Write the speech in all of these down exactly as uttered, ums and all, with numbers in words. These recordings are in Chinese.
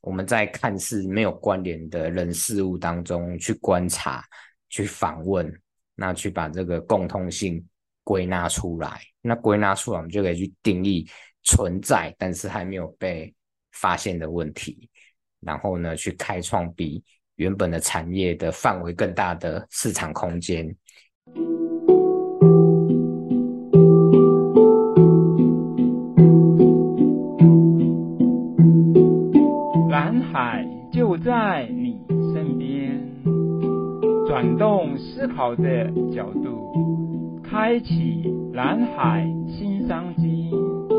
我们在看似没有关联的人事物当中去观察、去访问，那去把这个共通性归纳出来。那归纳出来，我们就可以去定义存在但是还没有被发现的问题，然后呢，去开创比原本的产业的范围更大的市场空间。 蓝海就在你身边，转动思考的角度，开启蓝海新商机。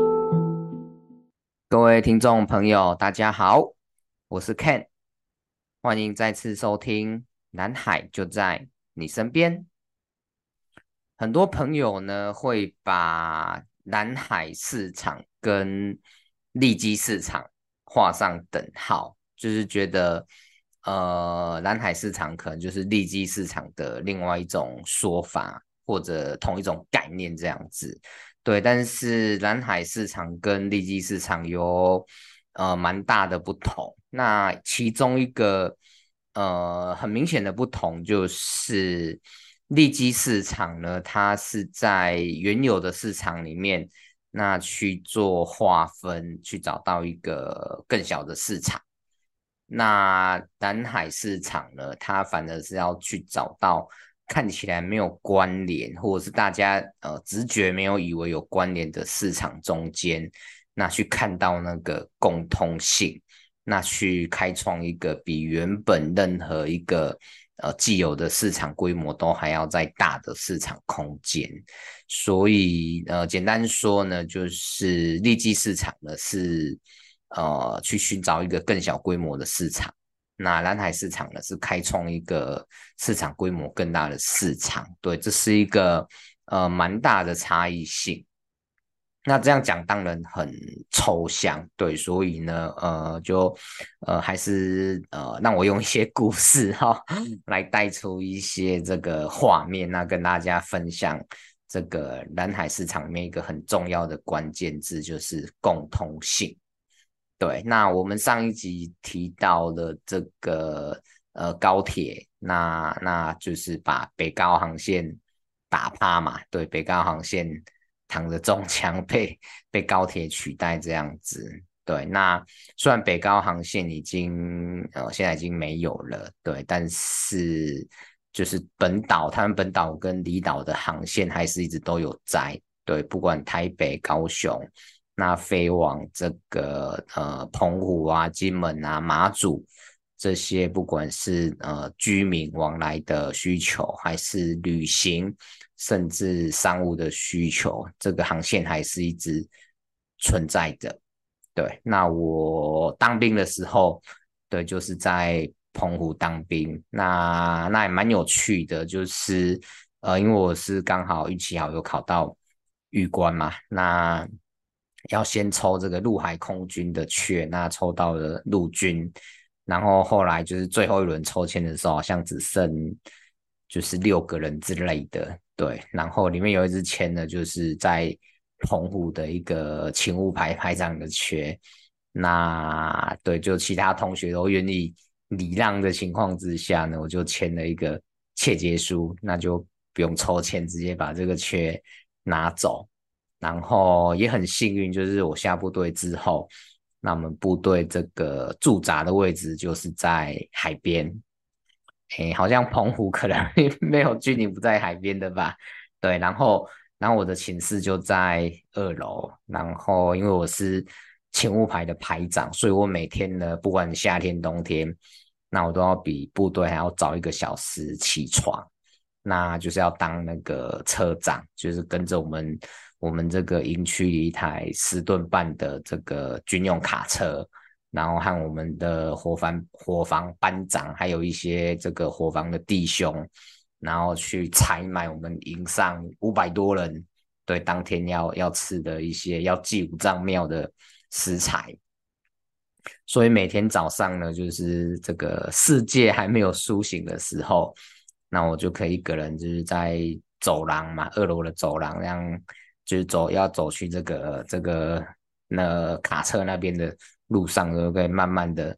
各位听众朋友，大家好，我是 Ken， 欢迎再次收听蓝海就在你身边。很多朋友呢会把蓝海市场跟利基市场画上等号，就是觉得呃蓝海市场可能就是利基市场的另外一种说法，或者同一种概念这样子。对，但是蓝海市场跟利基市场有呃蛮大的不同。那其中一个呃很明显的不同就是利基市场呢，它是在原有的市场里面，那去做划分，去找到一个更小的市场。那蓝海市场呢，它反而是要去找到看起来没有关联，或者是大家呃直觉没有以为有关联的市场中间，那去看到那个共通性，那去开创一个比原本任何一个呃既有的市场规模都还要再大的市场空间。所以呃简单说呢，就是利基市场呢是呃去寻找一个更小规模的市场。那蓝海市场呢，是开创一个市场规模更大的市场，对，这是一个呃蛮大的差异性。那这样讲当然很抽象，对，所以呢，呃，就呃还是呃让我用一些故事哈、哦、来带出一些这个画面，那跟大家分享这个蓝海市场里面一个很重要的关键字就是共通性。对，那我们上一集提到的这个呃高铁，那那就是把北高航线打趴嘛，对，北高航线躺着中枪被被高铁取代这样子。对，那虽然北高航线已经呃现在已经没有了，对，但是就是本岛他们本岛跟离岛的航线还是一直都有在，对，不管台北、高雄。那飞往这个呃澎湖啊、金门啊、马祖这些，不管是呃居民往来的需求，还是旅行，甚至商务的需求，这个航线还是一直存在的。对，那我当兵的时候，对，就是在澎湖当兵，那那也蛮有趣的，就是呃，因为我是刚好运气好有考到预官嘛，那要先抽这个陆海空军的缺，那抽到了陆军，然后后来就是最后一轮抽签的时候，好像只剩就是六个人之类的，对，然后里面有一支签呢，就是在澎湖的一个勤务排排长的缺，那对，就其他同学都愿意礼让的情况之下呢，我就签了一个切结书，那就不用抽签，直接把这个缺拿走。然后也很幸运，就是我下部队之后，那我们部队这个驻扎的位置就是在海边，诶，好像澎湖可能没有军营不在海边的吧？对，然后然后我的寝室就在二楼，然后因为我是勤务排的排长，所以我每天呢，不管夏天冬天，那我都要比部队还要早一个小时起床，那就是要当那个车长，就是跟着我们我们这个营区里一台十吨半的这个军用卡车。然后和我们的伙房伙房班长，还有一些这个伙房的弟兄，然后去采买我们营上五百多人对当天要要吃的一些要祭五脏庙的食材。所以每天早上呢，就是这个世界还没有苏醒的时候，那我就可以一个人就是在走廊嘛，二楼的走廊，这样就是走要走去这个这个那卡车那边的路上，就可以慢慢的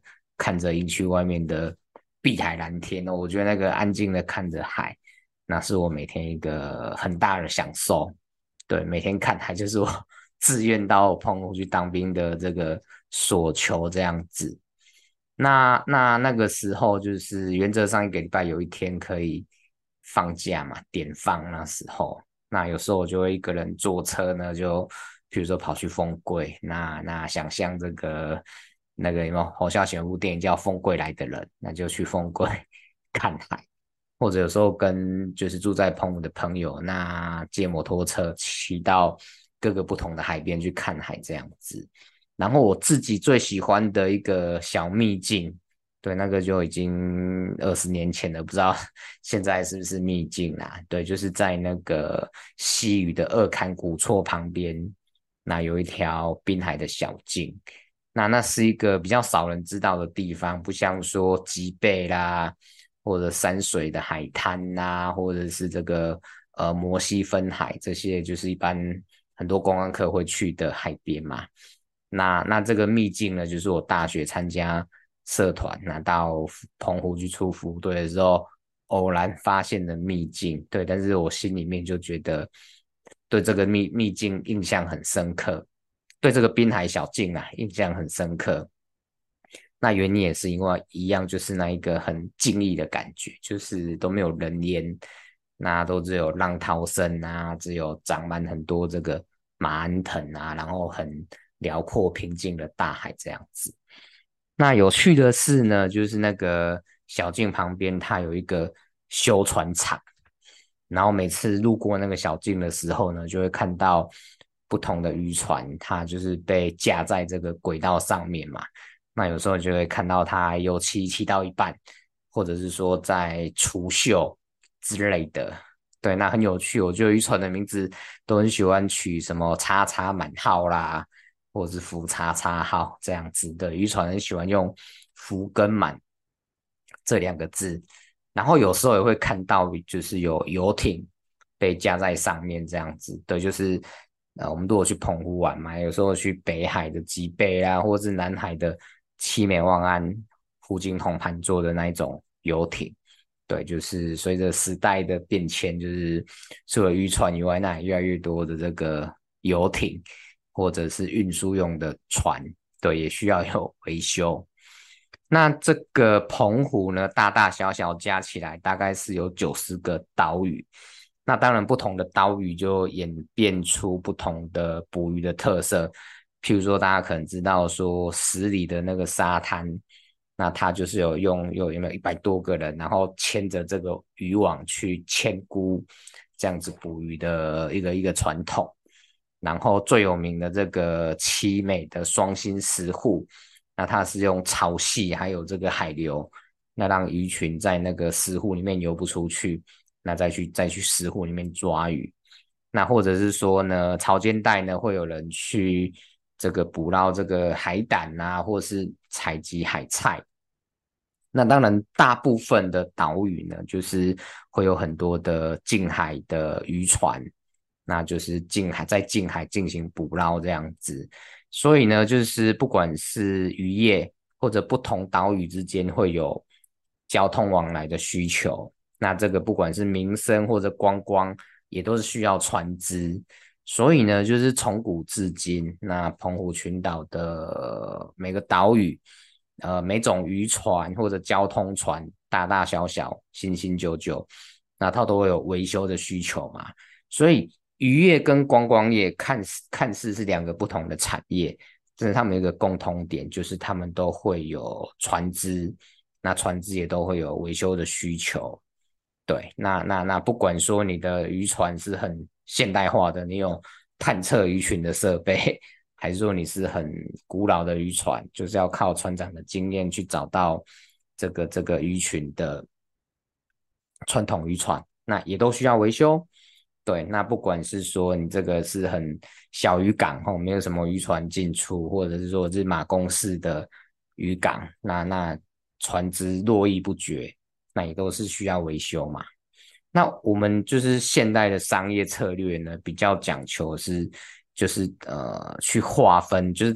看着营区外面的碧海蓝天哦，我觉得那个安静的看着海，那是我每天一个很大的享受。对，每天看海就是我自愿到澎湖去当兵的这个所求这样子。那那那个时候就是原则上一个礼拜有一天可以放假嘛，点放那时候。那有时候我就会一个人坐车呢，就比如说跑去丰贵，那那想象这个那个有没有侯孝贤有部电影叫《丰贵来的人》，那就去丰贵看海。或者有时候跟就是住在澎湖的朋友，那借摩托车骑到各个不同的海边去看海这样子。然后我自己最喜欢的一个小秘境，对，那个就已经二十年前了，不知道现在是不是秘境啦？对，就是在那个西屿的二坎古厝旁边，那有一条滨海的小径。那那是一个比较少人知道的地方，不像说吉贝啦，或者山水的海滩呐、啊，或者是这个呃摩西分海这些，就是一般很多观光客会去的海边嘛。那那这个秘境呢，就是我大学参加社团，那到澎湖去出服务队的时候，偶然发现的秘境。对，但是我心里面就觉得对这个秘秘境印象很深刻，对这个滨海小径啊印象很深刻。那原因也是因为一样，就是那一个很静谧的感觉，就是都没有人烟，那都只有浪涛声啊，只有长满很多这个马鞍藤啊，然后很辽阔平静的大海这样子。那有趣的是呢，就是那个小径旁边它有一个修船厂，然后每次路过那个小径的时候呢，就会看到不同的渔船，它就是被架在这个轨道上面嘛。那有时候就会看到它油漆漆到一半，或者是说在除锈之类的。对，那很有趣。我觉得渔船的名字都很喜欢取什么叉叉满号啦，或者是福叉叉号这样子的。渔船很喜欢用福跟满这两个字。然后有时候也会看到，就是有游艇被架在上面这样子。对，就是呃，我们如果去澎湖玩嘛，有时候去北海的吉贝啊，或是南海的七美望安、虎鲸红盘坐的那一种游艇。对，就是随着时代的变迁，就是除了渔船以外，那也越来越多的这个游艇或者是运输用的船，对，也需要有维修。那这个澎湖呢，大大小小加起来大概是有九十个岛屿。那当然，不同的岛屿就演变出不同的捕鱼的特色。譬如说，大家可能知道说十里的那个沙滩，那它就是有用有有没有一百多个人，然后牵着这个渔网去牵菇，这样子捕鱼的一个一个传统。然后最有名的这个七美的双星石沪，那它是用潮汐还有这个海流，那让鱼群在那个石沪里面游不出去，那再去再去石沪里面抓鱼。那或者是说呢，潮间带呢会有人去这个捕捞这个海胆啊，或是采集海菜。那当然，大部分的岛屿呢，就是会有很多的近海的渔船，那就是近海在近海进行捕捞这样子。所以呢，就是不管是渔业或者不同岛屿之间会有交通往来的需求，那这个不管是民生或者观光，也都是需要船只。所以呢，就是从古至今，那澎湖群岛的每个岛屿，呃，每种渔船或者交通船，大大小小、新新旧旧，那它都会有维修的需求嘛。所以渔业跟观光业看似看似是两个不同的产业，但是他们有一个共通点，就是他们都会有船只，那船只也都会有维修的需求。对，那那那不管说你的渔船是很现代化的，你有探测鱼群的设备，还是说你是很古老的渔船，就是要靠船长的经验去找到这个这个鱼群的传统渔船，那也都需要维修。对，那不管是说你这个是很小渔港哦，没有什么渔船进出，或者是说是马公式的渔港，那那船只络绎不绝，那也都是需要维修嘛。那我们就是现代的商业策略呢，比较讲求是就是呃去划分，就是在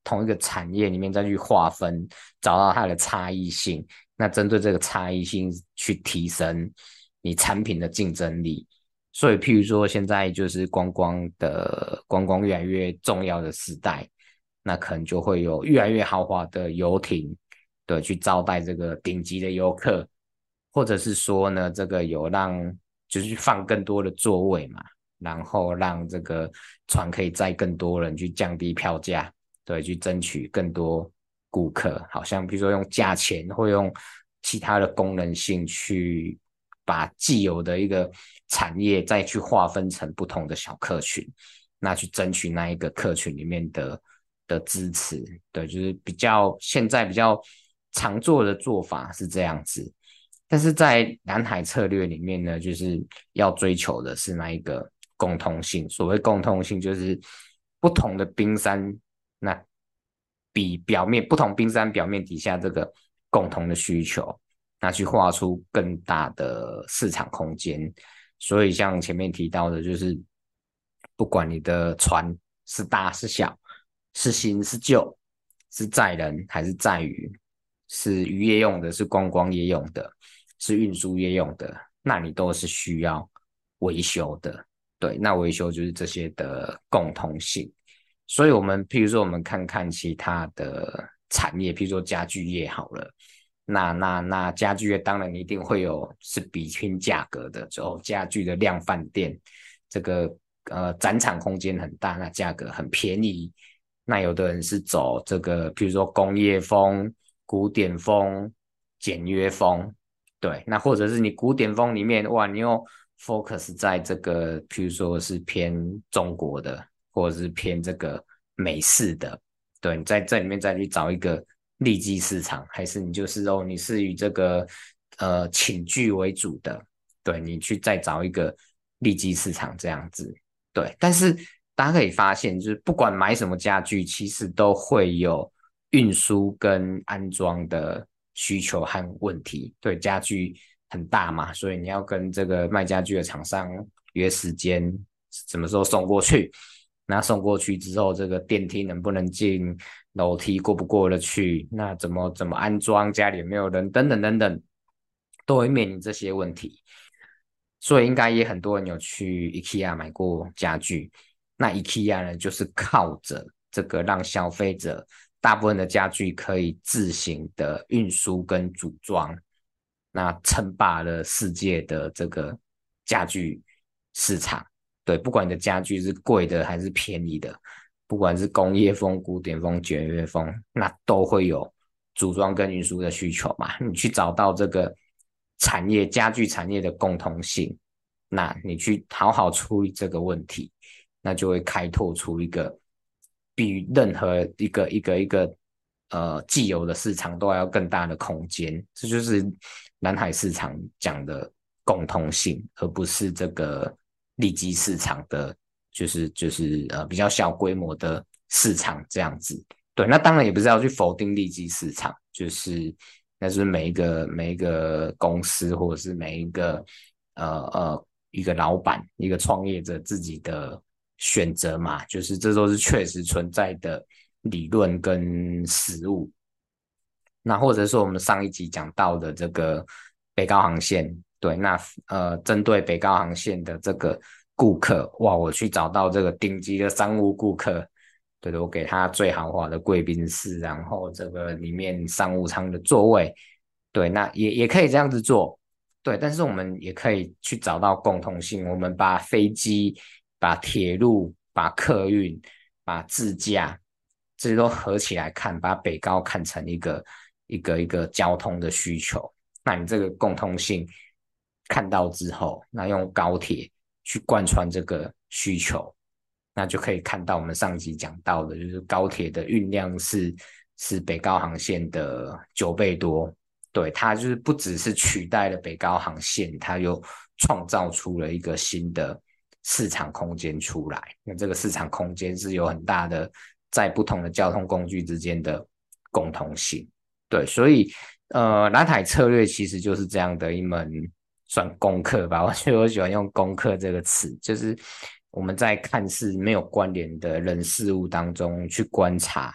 同一个产业里面再去划分，找到它的差异性，那针对这个差异性去提升你产品的竞争力。所以譬如说现在就是观光的观光越来越重要的时代，那可能就会有越来越豪华的游艇，对，去招待这个顶级的游客，或者是说呢，这个有让就是放更多的座位嘛，然后让这个船可以载更多人，去降低票价，对，去争取更多顾客。好像比如说用价钱或用其他的功能性去把既有的一个产业再去划分成不同的小客群，那去争取那一个客群里面的的支持。对，就是比较现在比较常做的做法是这样子。但是在蓝海策略里面呢，就是要追求的是那一个共通性。所谓共通性，就是不同的冰山，那比表面不同冰山表面底下这个共同的需求，那去画出更大的市场空间。所以像前面提到的，就是不管你的船是大是小，是新是旧，是载人还是载鱼，是渔业用的，是观光业用的，是运输业用的，那你都是需要维修的。对，那维修就是这些的共同性。所以我们譬如说我们看看其他的产业，譬如说家具业好了，那那那家具业当然一定会有是比拼价格的，就家具的量贩店，这个呃展场空间很大，那价格很便宜。那有的人是走这个，譬如说工业风、古典风、简约风，对，那或者是你古典风里面，哇，你又 focus 在这个，譬如说是偏中国的，或者是偏这个美式的，对，你在这里面再去找一个利基市场，还是你就是哦，你是以这个呃寝具为主的，对，你去再找一个利基市场这样子，对。但是大家可以发现，就是不管买什么家具，其实都会有运输跟安装的需求和问题。对，家具很大嘛，所以你要跟这个卖家具的厂商约时间，什么时候送过去。那送过去之后，这个电梯能不能进，楼梯过不过得去，那怎么怎么安装，家里有没有人，等等等等，都会面临这些问题。所以应该也很多人有去 IKEA 买过家具。那 IKEA 呢，就是靠着这个让消费者大部分的家具可以自行的运输跟组装，那称霸了世界的这个家具市场。对，不管你的家具是贵的还是便宜的，不管是工业风、古典风、简约风，那都会有组装跟运输的需求嘛。你去找到这个产业家具产业的共同性，那你去好好处理这个问题，那就会开拓出一个比任何一个一个一个呃既有的市场都还要更大的空间。这就是蓝海市场讲的共通性，而不是这个利基市场的，就是就是呃比较小规模的市场这样子。对，那当然也不是要去否定利基市场，就是那是每一个每一个公司或者是每一个呃呃一个老板一个创业者自己的选择嘛，就是这都是确实存在的理论跟实务。那或者说我们上一集讲到的这个北高航线，对，那呃针对北高航线的这个顾客，哇，我去找到这个顶级的商务顾客，对的，我给他最豪华的贵宾室，然后这个里面商务舱的座位，对，那也也可以这样子做，对，但是我们也可以去找到共同性，我们把飞机、把铁路、把客运、把自驾，这些都合起来看，把北高看成一个一个一个交通的需求。那你这个共通性看到之后，那用高铁去贯穿这个需求，那就可以看到我们上集讲到的，就是高铁的运量是是北高航线的九倍多。对，它就是不只是取代了北高航线，它又创造出了一个新的市场空间出来。那这个市场空间是有很大的在不同的交通工具之间的共同性。对，所以呃，蓝海策略其实就是这样的一门算功课吧。我觉得我喜欢用功课这个词，就是我们在看似没有关联的人事物当中去观察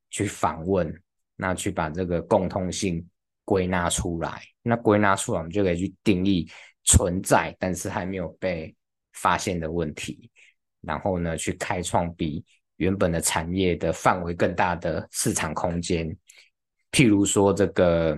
去访问，那去把这个共通性归纳出来。那归纳出来，我们就可以去定义存在但是还没有被发现的问题，然后呢，去开创比原本的产业的范围更大的市场空间。譬如说这个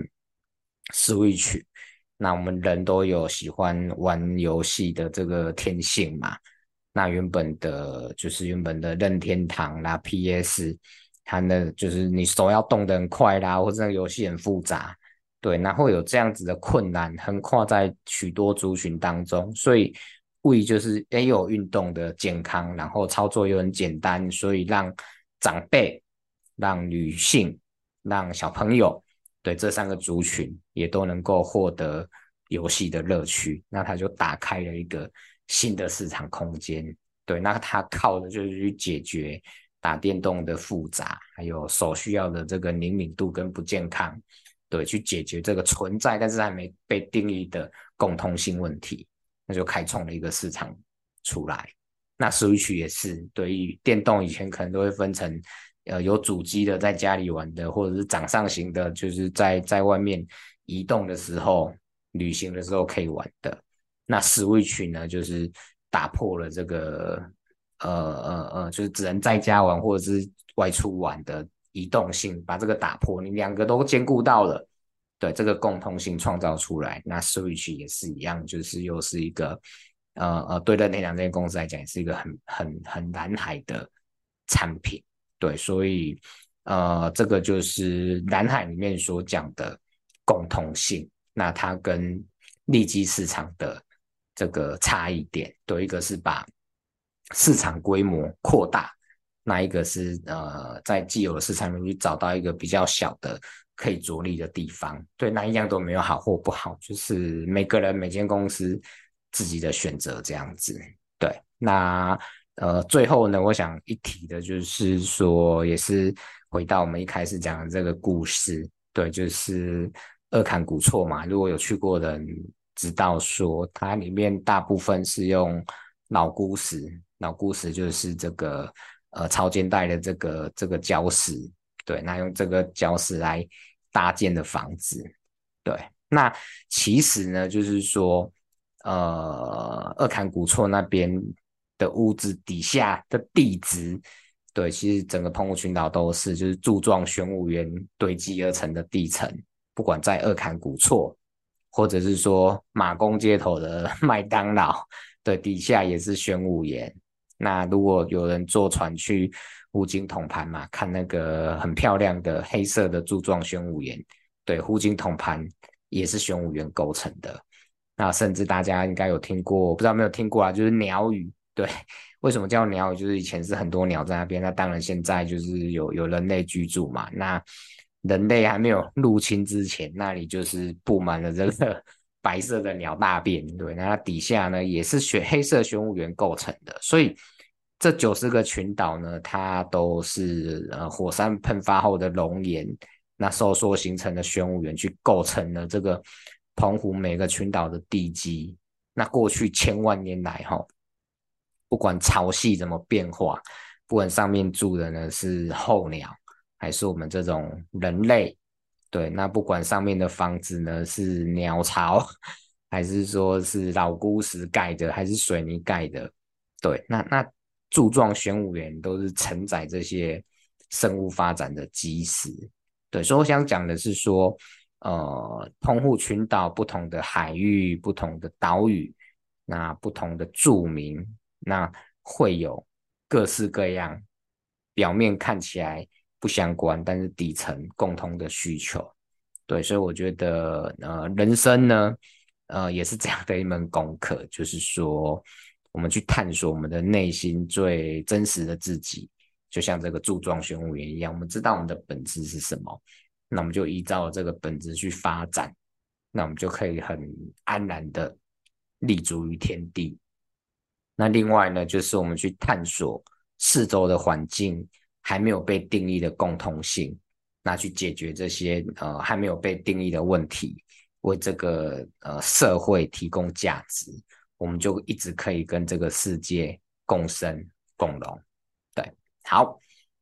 Switch， 那我们人都有喜欢玩游戏的这个天性嘛。那原本的就是原本的任天堂啦 P S， 它呢就是你手要动得很快啦，或者那个游戏很复杂，对，那会有这样子的困难横跨在许多族群当中，所以 Wii 就是也有运动的健康，然后操作又很简单，所以让长辈、让女性、让小朋友，对，这三个族群也都能够获得游戏的乐趣，那它就打开了一个新的市场空间。对，那它靠的就是去解决打电动的复杂，还有手需要的这个灵敏度跟不健康，对，去解决这个存在但是还没被定义的共通性问题，那就开创了一个市场出来。那 Switch 也是，对于电动以前可能都会分成呃有主机的在家里玩的，或者是掌上型的，就是在在外面移动的时候、旅行的时候可以玩的。那 Switch 呢，就是打破了这个呃呃呃，就是只能在家玩或者是外出玩的移动性，把这个打破，你两个都兼顾到了，对，这个共通性创造出来。那 Switch 也是一样，就是又是一个呃呃，对任天堂这间公司来讲，也是一个很很很蓝海的产品，对，所以呃，这个就是蓝海里面所讲的共通性。那它跟利基市场的这个差异点，对，一个是把市场规模扩大，那一个是呃在既有的市场里面去找到一个比较小的可以着力的地方。对，那一样都没有好或不好，就是每个人每间公司自己的选择这样子。对，那呃最后呢，我想一提的就是说，也是回到我们一开始讲的这个故事，对，就是二坎古厝嘛，如果有去过的人知道说，它里面大部分是用老钴石，老钴石就是这个呃潮间带的这个这个礁石，对，那用这个礁石来搭建的房子，对，那其实呢，就是说，呃，二坎古厝那边的屋子底下的地质，对，其实整个澎湖群岛都是，就是柱状玄武岩堆积而成的地层，不管在二坎古厝，或者是说马公街头的麦当劳，对，底下也是玄武岩。那如果有人坐船去湖景统盘嘛，看那个很漂亮的黑色的柱状玄武岩，对，湖景统盘也是玄武岩构成的。那甚至大家应该有听过，不知道有没有听过啊？就是鸟语，对，为什么叫鸟语？就是以前是很多鸟在那边，那当然现在就是有有人类居住嘛。那人类还没有入侵之前，那里就是布满了这个白色的鸟大便，对，那它底下呢也是雪黑色玄武岩构成的，所以这九十个群岛呢，它都是呃火山喷发后的熔岩，那收缩形成的玄武岩去构成了这个澎湖每个群岛的地基。那过去千万年来哈，不管潮汐怎么变化，不管上面住的呢是候鸟，还是我们这种人类，对，那不管上面的房子呢是鸟巢，还是说是老钴石盖的，还是水泥盖的，对，那那柱状玄武岩都是承载这些生物发展的基石。对，所以我想讲的是说，呃，澎湖群岛不同的海域、不同的岛屿，那不同的住民，那会有各式各样，表面看起来不相关，但是底层共同的需求。对，所以我觉得，呃，人生呢，呃，也是这样的一门功课，就是说，我们去探索我们的内心最真实的自己，就像这个柱状玄武岩一样，我们知道我们的本质是什么，那我们就依照这个本质去发展，那我们就可以很安然的立足于天地。那另外呢，就是我们去探索四周的环境还没有被定义的共同性，那去解决这些呃还没有被定义的问题，为这个呃社会提供价值，我们就一直可以跟这个世界共生共荣。对，好，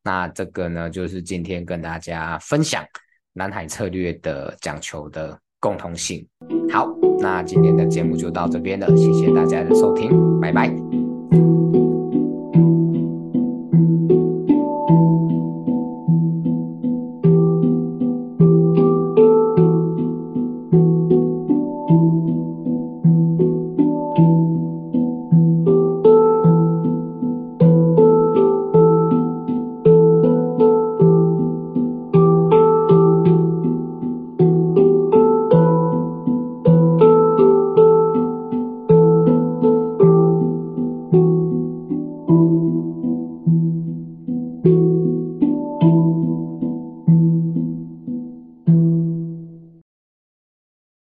那这个呢，就是今天跟大家分享蓝海策略的讲求的共同性。好，那今天的节目就到这边了，谢谢大家的收听，拜拜。